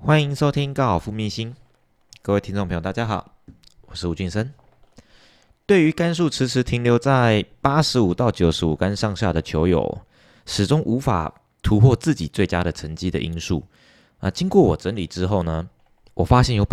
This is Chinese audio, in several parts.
欢迎收听高尔夫秘辛，各位听众朋友，大家好，我是吴俊生。对于杆数迟迟停留在85到95杆上下的球友，始终无法突破自己最佳的成绩的因素经过我整理之后呢，我发现有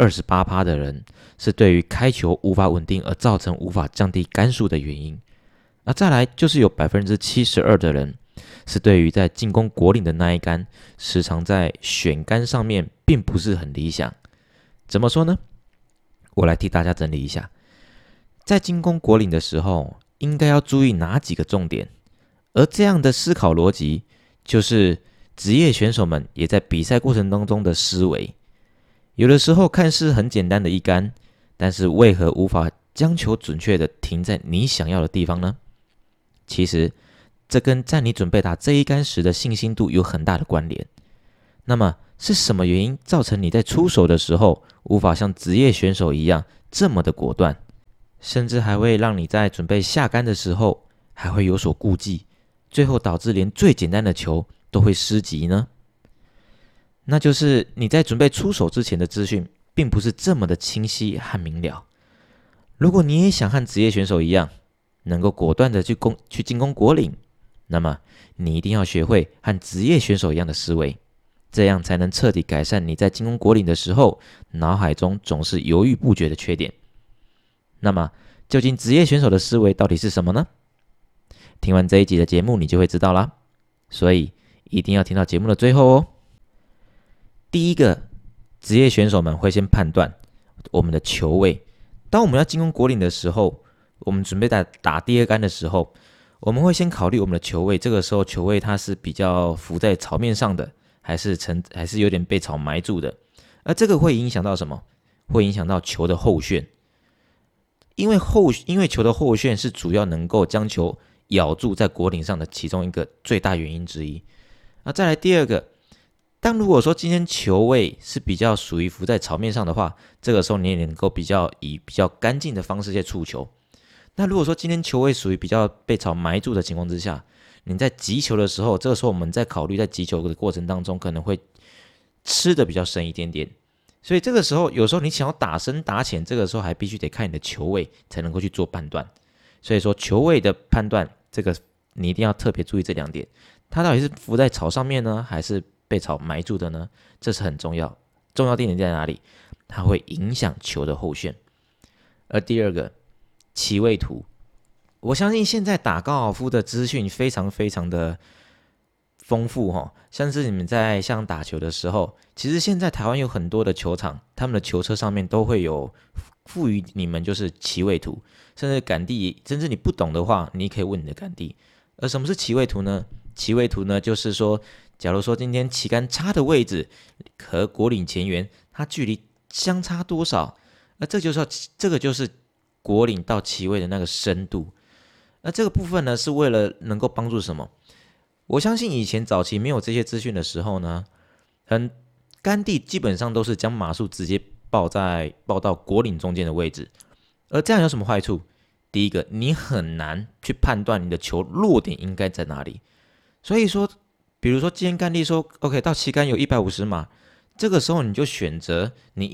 28%的人是对于开球无法稳定而造成无法降低杆数的原因。再来就是有72%的人是对于在进攻果岭的那一杆，时常在选杆上面并不是很理想。怎么说呢？我来替大家整理一下，在进攻果岭的时候，应该要注意哪几个重点？而这样的思考逻辑，就是职业选手们也在比赛过程当中的思维。有的时候看似很简单的一杆，但是为何无法将球准确的停在你想要的地方呢？其实这跟在你准备打这一杆时的信心度有很大的关联。那么是什么原因造成你在出手的时候无法像职业选手一样这么的果断，甚至还会让你在准备下杆的时候还会有所顾忌，最后导致连最简单的球都会失击呢？那就是你在准备出手之前的资讯并不是这么的清晰和明了。如果你也想和职业选手一样能够果断的去进攻果岭，那么你一定要学会和职业选手一样的思维，这样才能彻底改善你在进攻果岭的时候脑海中总是犹豫不决的缺点。那么究竟职业选手的思维到底是什么呢？听完这一集的节目你就会知道啦，所以一定要听到节目的最后哦。第一个，职业选手们会先判断我们的球位。当我们要进攻果岭的时候，我们准备打第二杆的时候，我们会先考虑我们的球位。这个时候球位它是比较浮在草面上的，还是有点被草埋住的。而这个会影响到什么？会影响到球的后旋。因为球的后旋是主要能够将球咬住在果岭上的其中一个最大原因之一。再来第二个，当如果说今天球位是比较属于浮在草面上的话，这个时候你也能够以比较干净的方式去触球。那如果说今天球位属于比较被草埋住的情况之下，你在击球的时候，这个时候我们在考虑在击球的过程当中可能会吃的比较深一点点，所以这个时候有时候你想要打深打浅，这个时候还必须得看你的球位才能够去做判断。所以说球位的判断，这个你一定要特别注意这两点，它到底是浮在草上面呢，还是被草埋住的呢？这是很重要，重要点在哪里？它会影响球的后旋。而第二个，棋位图，我相信现在打高尔夫的资讯非常非常的丰富像是你们在像打球的时候，其实现在台湾有很多的球场，他们的球车上面都会有赋予你们就是棋位图，甚至杆地，甚至你不懂的话，你可以问你的杆地。而什么是棋位图呢？棋位图呢，就是说，假如说今天旗杆插的位置和果岭前缘它距离相差多少，这个就是果岭到旗位的那个深度。那这个部分呢，是为了能够帮助什么？我相信以前早期没有这些资讯的时候呢，杆地基本上都是将码数直接报到果岭中间的位置，而这样有什么坏处？第一个，你很难去判断你的球落点应该在哪里。所以说，比如说今天杆地说 OK 到旗杆有150码，这个时候你就选择你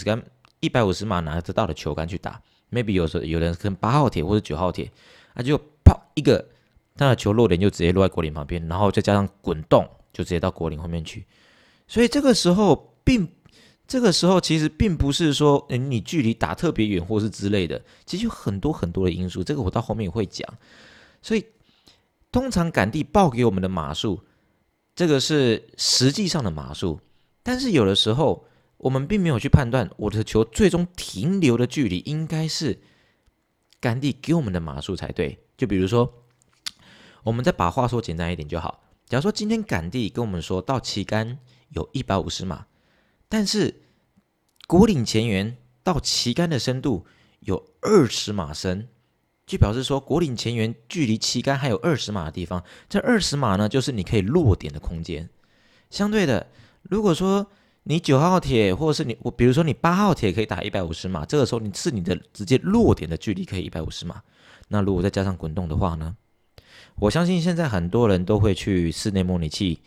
150码拿得到的球杆去打。maybe 有人跟8号铁或者9号铁，就啪一个，他的球落点就直接落在果岭旁边，然后再加上滚动，就直接到果岭后面去。所以这个时候其实并不是说你距离打特别远或是之类的，其实有很多很多的因素，这个我到后面也会讲。所以通常杆地报给我们的码数，这个是实际上的码数，但是有的时候我们并没有去判断我的球最终停留的距离应该是杆地给我们的码数才对。就比如说，我们再把话说简单一点就好。假如说今天杆地跟我们说到旗杆有150码，但是果岭前缘到旗杆的深度有20码深，就表示说果岭前缘距离旗杆还有20码的地方，这20码呢，就是你可以落点的空间。相对的，如果说你9号铁，或者是比如说你8号铁可以打150码，这个时候你的直接落点的距离可以150码。那如果再加上滚动的话呢？我相信现在很多人都会去室内模拟器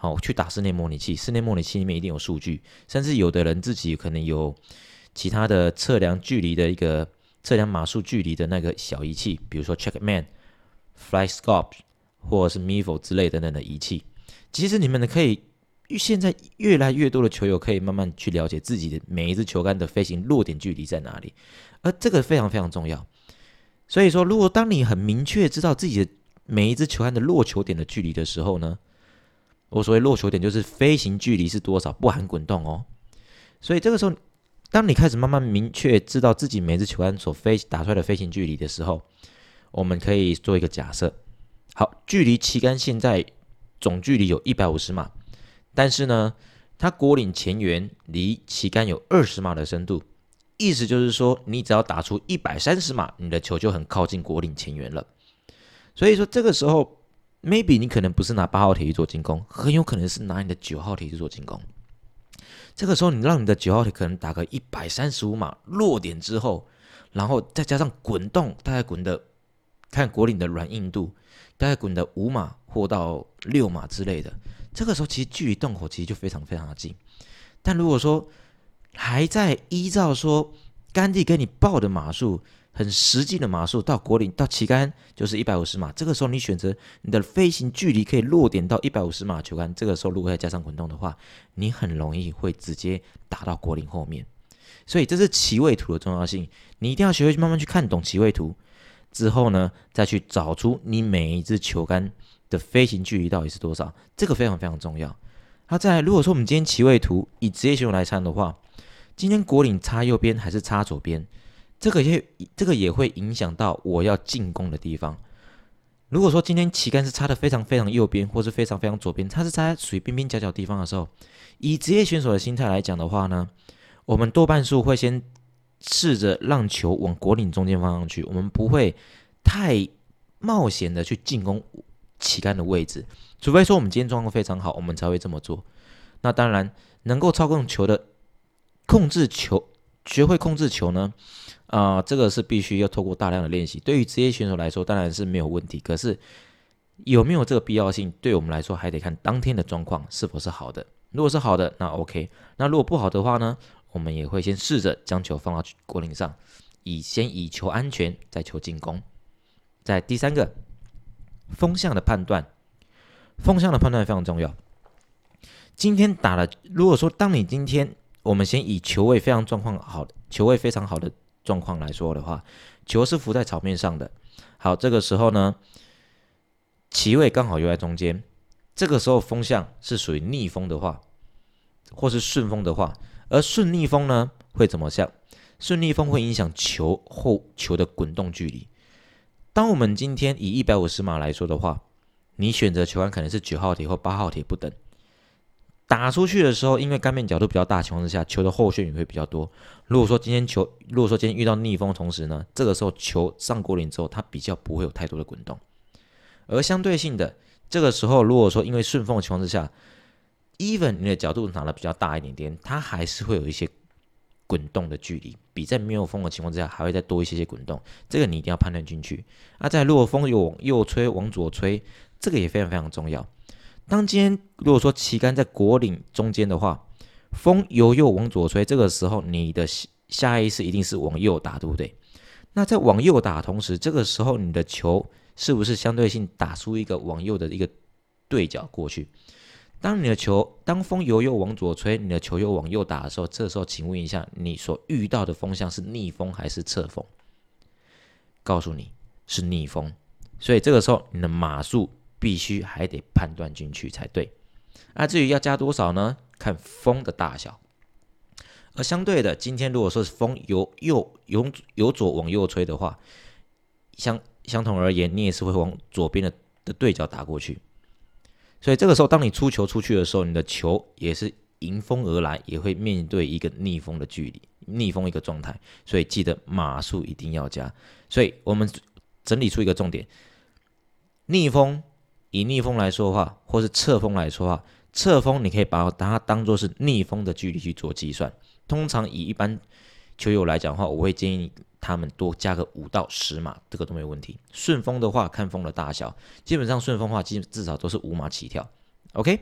好，去打室内模拟器，室内模拟器里面一定有数据，甚至有的人自己可能有其他的测量距离的一个测量码数距离的那个小仪器，比如说 Checkman、FlyScope 或者是 Mevo 之类等等的仪器。其实你们可以，现在越来越多的球友可以慢慢去了解自己的每一支球杆的飞行落点距离在哪里，而这个非常非常重要。所以说，如果当你很明确知道自己的每一支球杆的落球点的距离的时候呢，我所谓落球点就是飞行距离是多少，不含滚动哦。所以这个时候，当你开始慢慢明确知道自己每支球杆所打出来的飞行距离的时候，我们可以做一个假设。好，距离旗杆现在总距离有150码，但是呢，它果岭前缘离旗杆有20码的深度，意思就是说，你只要打出130码，你的球就很靠近果岭前缘了。所以说，这个时候 maybe 你可能不是拿8号铁去做进攻，很有可能是拿你的9号铁去做进攻。这个时候，你让你的9号铁可能打个135码落点之后，然后再加上滚动，大概滚的看果岭的软硬度，大概滚的5码或到6码之类的。这个时候，其实距离洞口其实就非常非常的近。但如果说还在依照说甘地给你报的码数，很实际的码数到果岭到旗杆就是150码，这个时候你选择你的飞行距离可以落点到150码球杆，这个时候如果再加上滚动的话，你很容易会直接打到果岭后面。所以这是旗位图的重要性，你一定要学会慢慢去看懂旗位图，之后呢再去找出你每一支球杆的飞行距离到底是多少，这个非常非常重要。好，再来，如果说我们今天旗位图以职业选手来看的话，今天果岭插右边还是插左边，这个也会影响到我要进攻的地方。如果说今天旗杆是插的非常非常右边，或是非常非常左边，它是插在属于边边角角地方的时候，以职业选手的心态来讲的话呢，我们多半数会先试着让球往果岭中间方向去，我们不会太冒险的去进攻旗杆的位置，除非说我们今天状况非常好，我们才会这么做。那当然，能够操控球的控制球，学会控制球呢，这个是必须要透过大量的练习。对于职业选手来说，当然是没有问题。可是有没有这个必要性，对我们来说还得看当天的状况是否是好的。如果是好的，那 OK。那如果不好的话呢，我们也会先试着将球放到果岭上，先以求安全，再求进攻。在第三个，风向的判断，风向的判断非常重要。今天打了，如果说当你今天我们先以球位非常好的状况来说的话，球是浮在草面上的。好，这个时候呢，旗位刚好又在中间，这个时候风向是属于逆风的话，或是顺风的话，而顺逆风呢会怎么像？顺逆风会影响球的滚动距离。当我们今天以150码来说的话，你选择球杆可能是9号铁或8号铁不等。打出去的时候，因为杆面角度比较大的情况之下，球的后旋也会比较多。如果说今天遇到逆风，同时呢，这个时候球上果岭之后，它比较不会有太多的滚动。而相对性的，这个时候如果说因为顺风的情况之下 ，even 你的角度拿的比较大一点点，它还是会有一些滚动的距离，比在没有风的情况之下还会再多一些滚动。这个你一定要判断进去。在如果风有往右吹、往左吹，这个也非常非常重要。当今天如果说旗杆在果岭中间的话，风由右往左吹，这个时候你的下意识一定是往右打，对不对？那在往右打的同时，这个时候你的球是不是相对性打出一个往右的一个对角过去？当风由右往左吹，你的球又往右打的时候，这时候请问一下，你所遇到的风向是逆风还是侧风？告诉你是逆风，所以这个时候你的码数必须还得判断进去才对。至于要加多少呢？看风的大小。而相对的，今天如果说是风由左往右吹的话，相同而言，你也是会往左边的对角打过去。所以这个时候，当你出球出去的时候，你的球也是迎风而来，也会面对一个逆风的距离，逆风一个状态。所以记得码数一定要加。所以我们整理出一个重点：以逆风来说的话，或是侧风来说的话，侧风你可以把它当作是逆风的距离去做计算。通常以一般球友来讲的话，我会建议他们多加个5到10码，这个都没有问题。顺风的话，看风的大小，基本上顺风的话，至少都是5码起跳。OK，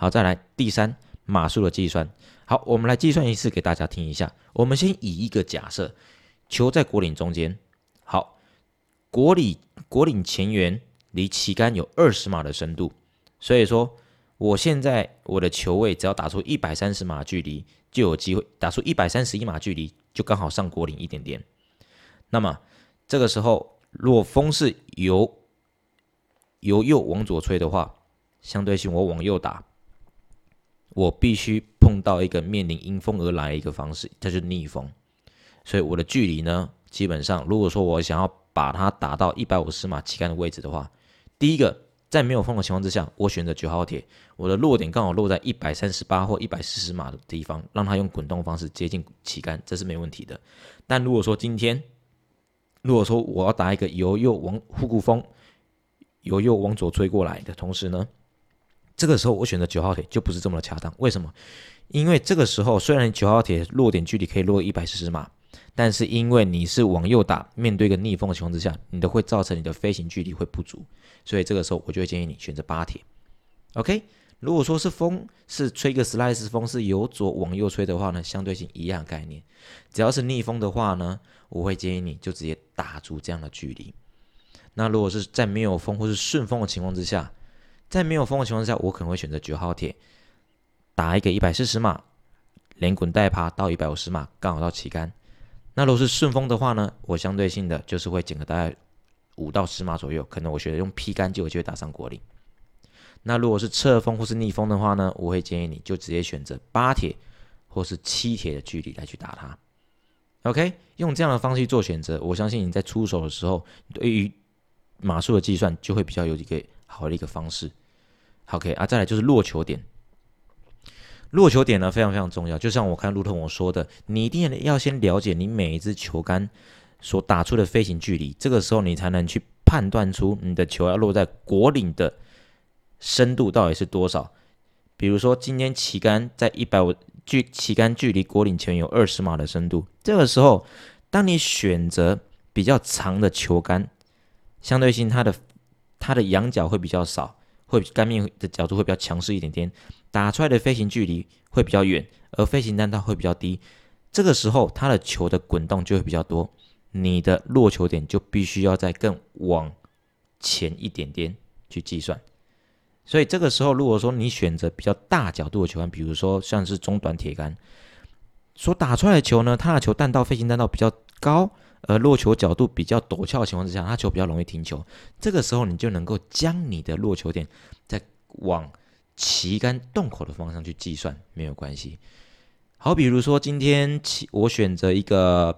好，再来第三，码数的计算。好，我们来计算一次给大家听一下。我们先以一个假设，球在果岭中间，好，果岭前缘离旗杆有20码的深度，所以说我现在我的球位只要打出130码距离，就有机会打出131码距离，就刚好上果岭一点点。那么这个时候，如果风是由右往左吹的话，相对性我往右打，我必须碰到一个面临迎风而来的一个方式，这就是逆风。所以我的距离呢，基本上如果说我想要把它打到150码旗杆的位置的话，第一个在没有风的情况之下，我选择9号铁，我的落点刚好落在138或140码的地方，让它用滚动方式接近旗杆，这是没问题的。但如果说我要打一个由右往护骨风，由右往左吹过来的同时呢，这个时候我选择9号铁就不是这么的恰当。为什么？因为这个时候虽然9号铁落点距离可以落140码，但是因为你是往右打，面对一个逆风的情况之下，你的会造成你的飞行距离会不足，所以这个时候我就会建议你选择8铁。OK， 如果说是风是吹个 slice 风是由左往右吹的话呢，相对性一样的概念。只要是逆风的话呢，我会建议你就直接打出这样的距离。那如果是在没有风或是顺风的情况之下，我可能会选择9号铁，打一个140码，连滚带爬到150码，刚好到旗杆。那如果是顺风的话呢，我相对性的就是会减个大概5到10码左右，可能我选择用劈杆就有机会打上果岭。那如果是侧风或是逆风的话呢，我会建议你就直接选择8铁或是7铁的距离来去打它。OK， 用这样的方式去做选择，我相信你在出手的时候，对于码数的计算就会比较有一个好的一个方式。OK 啊，再来就是落球点。落球点呢非常非常重要，就像我看路特我说的，你一定要先了解你每一支球杆所打出的飞行距离，这个时候你才能去判断出你的球要落在果岭的深度到底是多少。比如说今天旗杆在150，旗杆距离果岭前有20码的深度，这个时候当你选择比较长的球杆，相对性它的仰角会比较少，杆面的角度会比较强势一点点，打出来的飞行距离会比较远，而飞行弹道会比较低。这个时候它的球的滚动就会比较多，你的落球点就必须要再更往前一点点去计算。所以这个时候如果说你选择比较大角度的球杆，比如说像是中短铁杆所打出来的球呢，它的球弹道飞行弹道比较高，而落球角度比较陡峭的情况之下，它球比较容易停球。这个时候你就能够将你的落球点再往旗杆洞口的方向去计算，没有关系。好，比如说今天我选择一个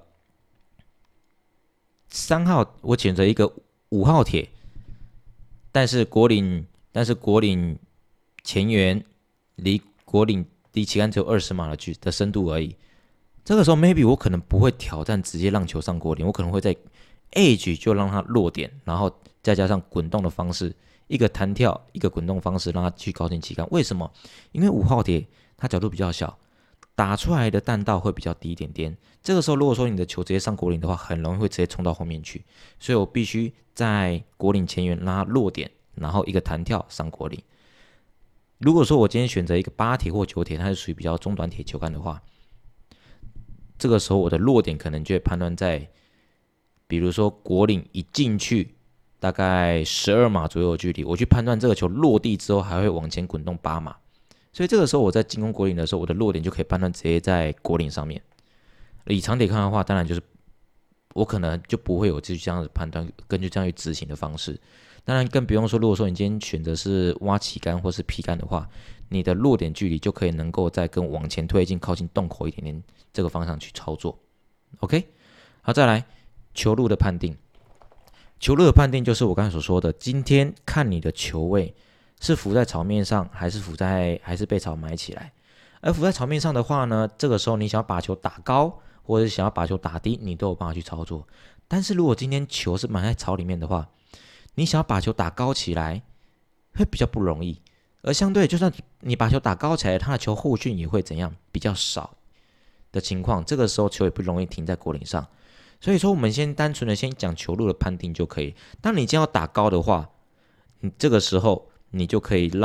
3号，我选择一个5号铁，但是果岭前缘离旗杆只有20码的深度而已。这个时候 maybe 我可能不会挑战直接让球上果岭，我可能会在 edge 就让它落点，然后再加上滚动的方式，一个弹跳一个滚动方式让它去靠近旗杆。为什么？因为5号铁它角度比较小，打出来的弹道会比较低一点点。这个时候如果说你的球直接上果岭的话，很容易会直接冲到后面去，所以我必须在果岭前缘让它落点，然后一个弹跳上果岭。如果说我今天选择一个8铁或9铁，它是属于比较中短铁球杆的话，这个时候我的落点可能就会判断在，比如说果岭一进去大概12码左右的距离，我去判断这个球落地之后还会往前滚动8码，所以这个时候我在进攻果岭的时候，我的落点就可以判断直接在果岭上面。以长铁看的话，当然就是我可能就不会有这样的判断，根据这样去执行的方式。当然更不用说，如果说你今天选择是挖旗杆或是劈杆的话，你的落点距离就可以能够再更往前推进，靠近洞口一点点这个方向去操作。OK， 好，再来球路的判定。球路的判定就是我刚才所说的，今天看你的球位是浮在草面上，还是被草埋起来。而浮在草面上的话呢，这个时候你想要把球打高，或者想要把球打低，你都有办法去操作。但是如果今天球是埋在草里面的话，你想要把球打高起来会比较不容易，而相对就算你把球打高起来，它的球后讯也会怎样比较少的情况，这个时候球也不容易停在果岭上。所以说我们先单纯的先讲球路的判定就可以。当你今天要打高的话，你这个时候你就可以让你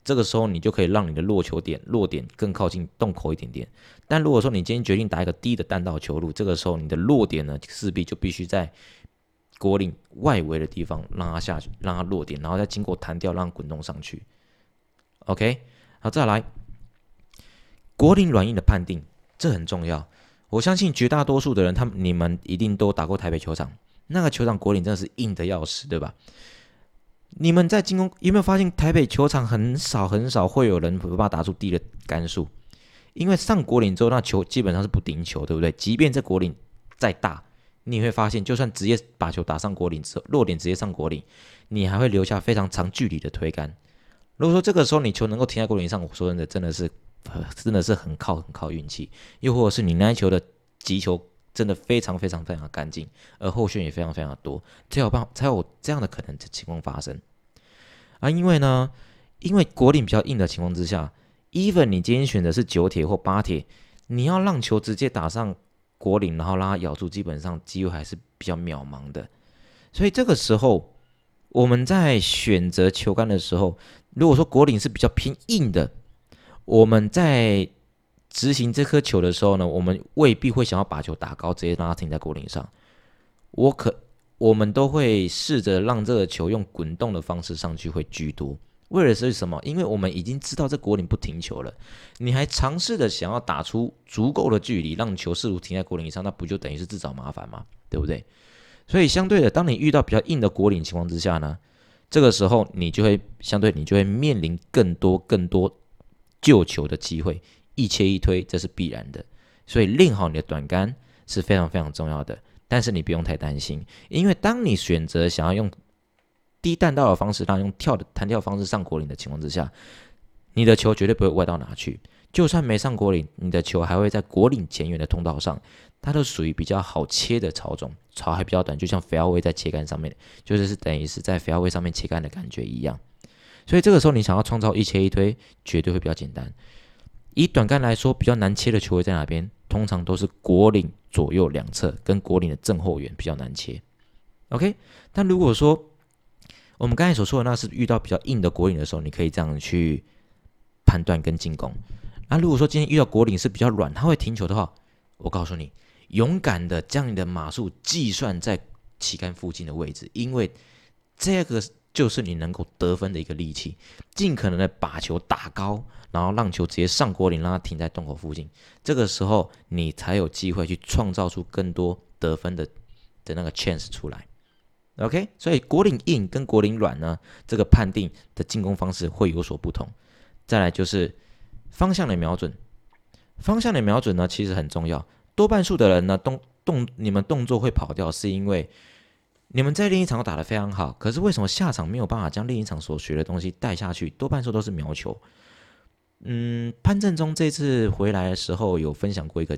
这个时候你就可以让你的落点更靠近洞口一点点。但如果说你今天决定打一个低的弹道球路，这个时候你的落点呢势必就必须在果岭外围的地方让它下去，让它落点，然后再经过弹跳让它滚动上去。OK， 好，再来果岭软硬的判定，这很重要。我相信绝大多数的人，你们一定都打过台北球场，那个球场果岭真的是硬的要死，对吧？你们在进攻有没有发现台北球场很少会有人有办法打出低的杆数？因为上果岭之后，那球基本上是不顶球，对不对？即便这果岭再大，你也会发现，就算直接把球打上果岭之后，落点直接上果岭，你还会留下非常长距离的推杆。如果说这个时候你球能够停在果岭上，我说真的，真的是很靠运气，又或者是你那一球的击球真的非常的干净，而后旋也非常的多，才有这样的可能的情况发生啊。因为果岭比较硬的情况之下，even 你今天选的是9铁或8铁，你要让球直接打上果岭，然后让它咬住，基本上机会还是比较渺茫的。所以这个时候我们在选择球杆的时候，如果说果岭是比较偏硬的，我们在执行这颗球的时候呢，我们未必会想要把球打高，直接让它停在果岭上。我们都会试着让这个球用滚动的方式上去会居多。为了是什么？因为我们已经知道这果岭不停球了，你还尝试的想要打出足够的距离，让球试图停在果岭上，那不就等于是自找麻烦吗？对不对？所以相对的，当你遇到比较硬的果岭情况之下呢，这个时候你就会面临更多救球的机会，一切一推，这是必然的。所以练好你的短杆是非常重要的。但是你不用太担心，因为当你选择想要用低弹道的方式，让用弹跳方式上果岭的情况之下，你的球绝对不会歪到哪去。就算没上果岭，你的球还会在果岭前缘的通道上，它都属于比较好切的草种，草还比较短，就像fairway在切杆上面，就是等于是在fairway上面切杆的感觉一样。所以这个时候你想要创造一切一推，绝对会比较简单。以短杆来说，比较难切的球位在哪边？通常都是果岭左右两侧跟果岭的正后缘比较难切。OK， 但如果说我们刚才所说的那是遇到比较硬的果岭的时候，你可以这样去判断跟进攻。那如果说今天遇到果岭是比较软，它会停球的话，我告诉你，勇敢的将你的码数计算在旗杆附近的位置，因为这个就是你能够得分的一个利器，尽可能的把球打高，然后让球直接上果岭，让它停在洞口附近。这个时候你才有机会去创造出更多得分的那个 chance 出来。OK， 所以果岭硬跟果岭软呢，这个判定的进攻方式会有所不同。再来就是方向的瞄准，方向的瞄准呢其实很重要。多半数的人呢你们动作会跑掉，是因为你们在练习场打得非常好，可是为什么下场没有办法将练习场所学的东西带下去？多半数都是瞄球。潘正中这次回来的时候有分享过一个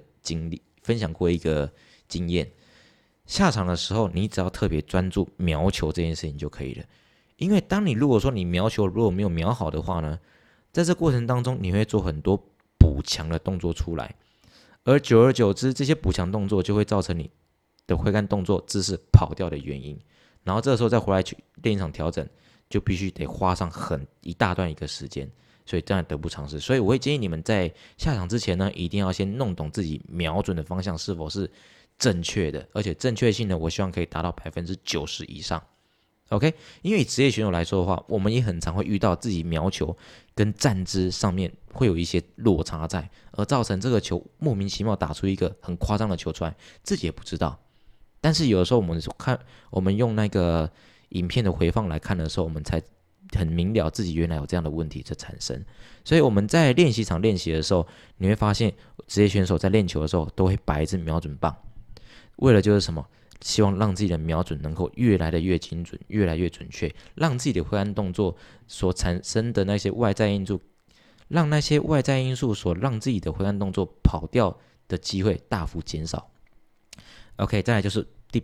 经验。下场的时候，你只要特别专注瞄球这件事情就可以了。因为当你如果说你瞄球如果没有瞄好的话呢，在这过程当中你会做很多补强的动作出来，而久而久之，这些补强动作就会造成你的挥杆动作姿势跑掉的原因，然后这个时候再回来去练一场调整，就必须得花上一大段一个时间，所以当然得不偿失。所以我会建议你们在下场之前呢，一定要先弄懂自己瞄准的方向是否是正确的，而且正确性呢，我希望可以达到90%以上。OK， 因为以职业选手来说的话，我们也很常会遇到自己瞄球跟站姿上面会有一些落差在，而造成这个球莫名其妙打出一个很夸张的球出来，自己也不知道。但是有的时候我们用那个影片的回放来看的时候，我们才很明了自己原来有这样的问题在产生。所以我们在练习场练习的时候，你会发现职业选手在练球的时候都会摆一支瞄准棒，为了就是什么？希望让自己的瞄准能够越来的越精准，越来越准确，让自己的挥杆动作所产生的那些外在因素，让那些外在因素所让自己的挥杆动作跑掉的机会大幅减少。OK， 再来就是第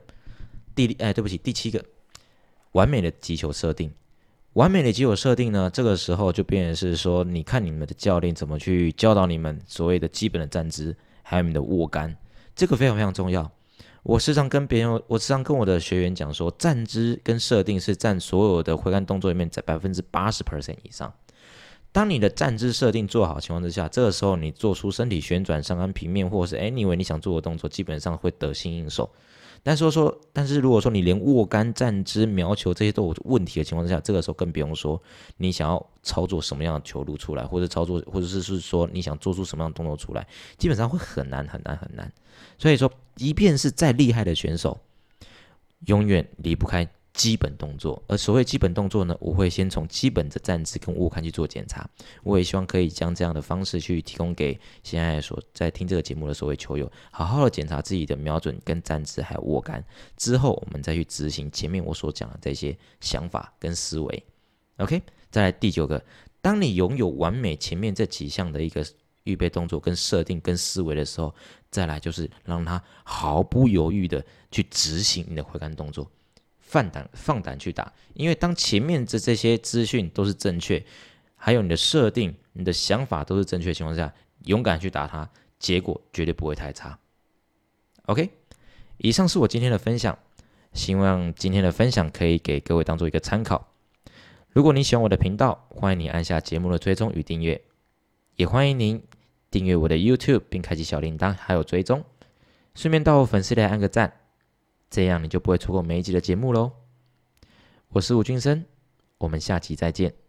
七个，完美的击球设定。完美的击球设定呢，这个时候就变成是说，你看你们的教练怎么去教导你们所谓的基本的站姿，还有你们的握杆，这个非常重要。我时常跟我的学员讲说，站姿跟设定是占所有的挥杆动作里面在80% 以上。 当你的站姿设定做好的情况之下，这个时候你做出身体旋转、上鞍平面，或者是anyway你想做的动作，基本上会得心应手。但是如果说你连握杆、站姿、瞄球这些都有问题的情况之下，这个时候更不用说你想要操作什么样的球路出来，或者是说你想做出什么样的动作出来，基本上会很难很难很难。所以说，即便是再厉害的选手，永远离不开基本动作。而所谓基本动作呢，我会先从基本的站姿跟握杆去做检查。我也希望可以将这样的方式去提供给现在在听这个节目的所谓球友，好好的检查自己的瞄准跟站姿还有握杆，之后我们再去执行前面我所讲的这些想法跟思维。OK， 再来第9个，当你拥有完美前面这几项的一个预备动作跟设定跟思维的时候，再来就是让他毫不犹豫的去执行你的挥杆动作。放胆去打，因为当前面的这些资讯都是正确，还有你的设定、你的想法都是正确的情况下，勇敢去打它，结果绝对不会太差。OK， 以上是我今天的分享，希望今天的分享可以给各位当做一个参考。如果你喜欢我的频道，欢迎你按下节目的追踪与订阅，也欢迎您订阅我的 YouTube 并开启小铃铛，还有追踪，顺便到我粉丝页按个赞。这样你就不会错过每一集的节目喽。我是吴俊生，我们下期再见。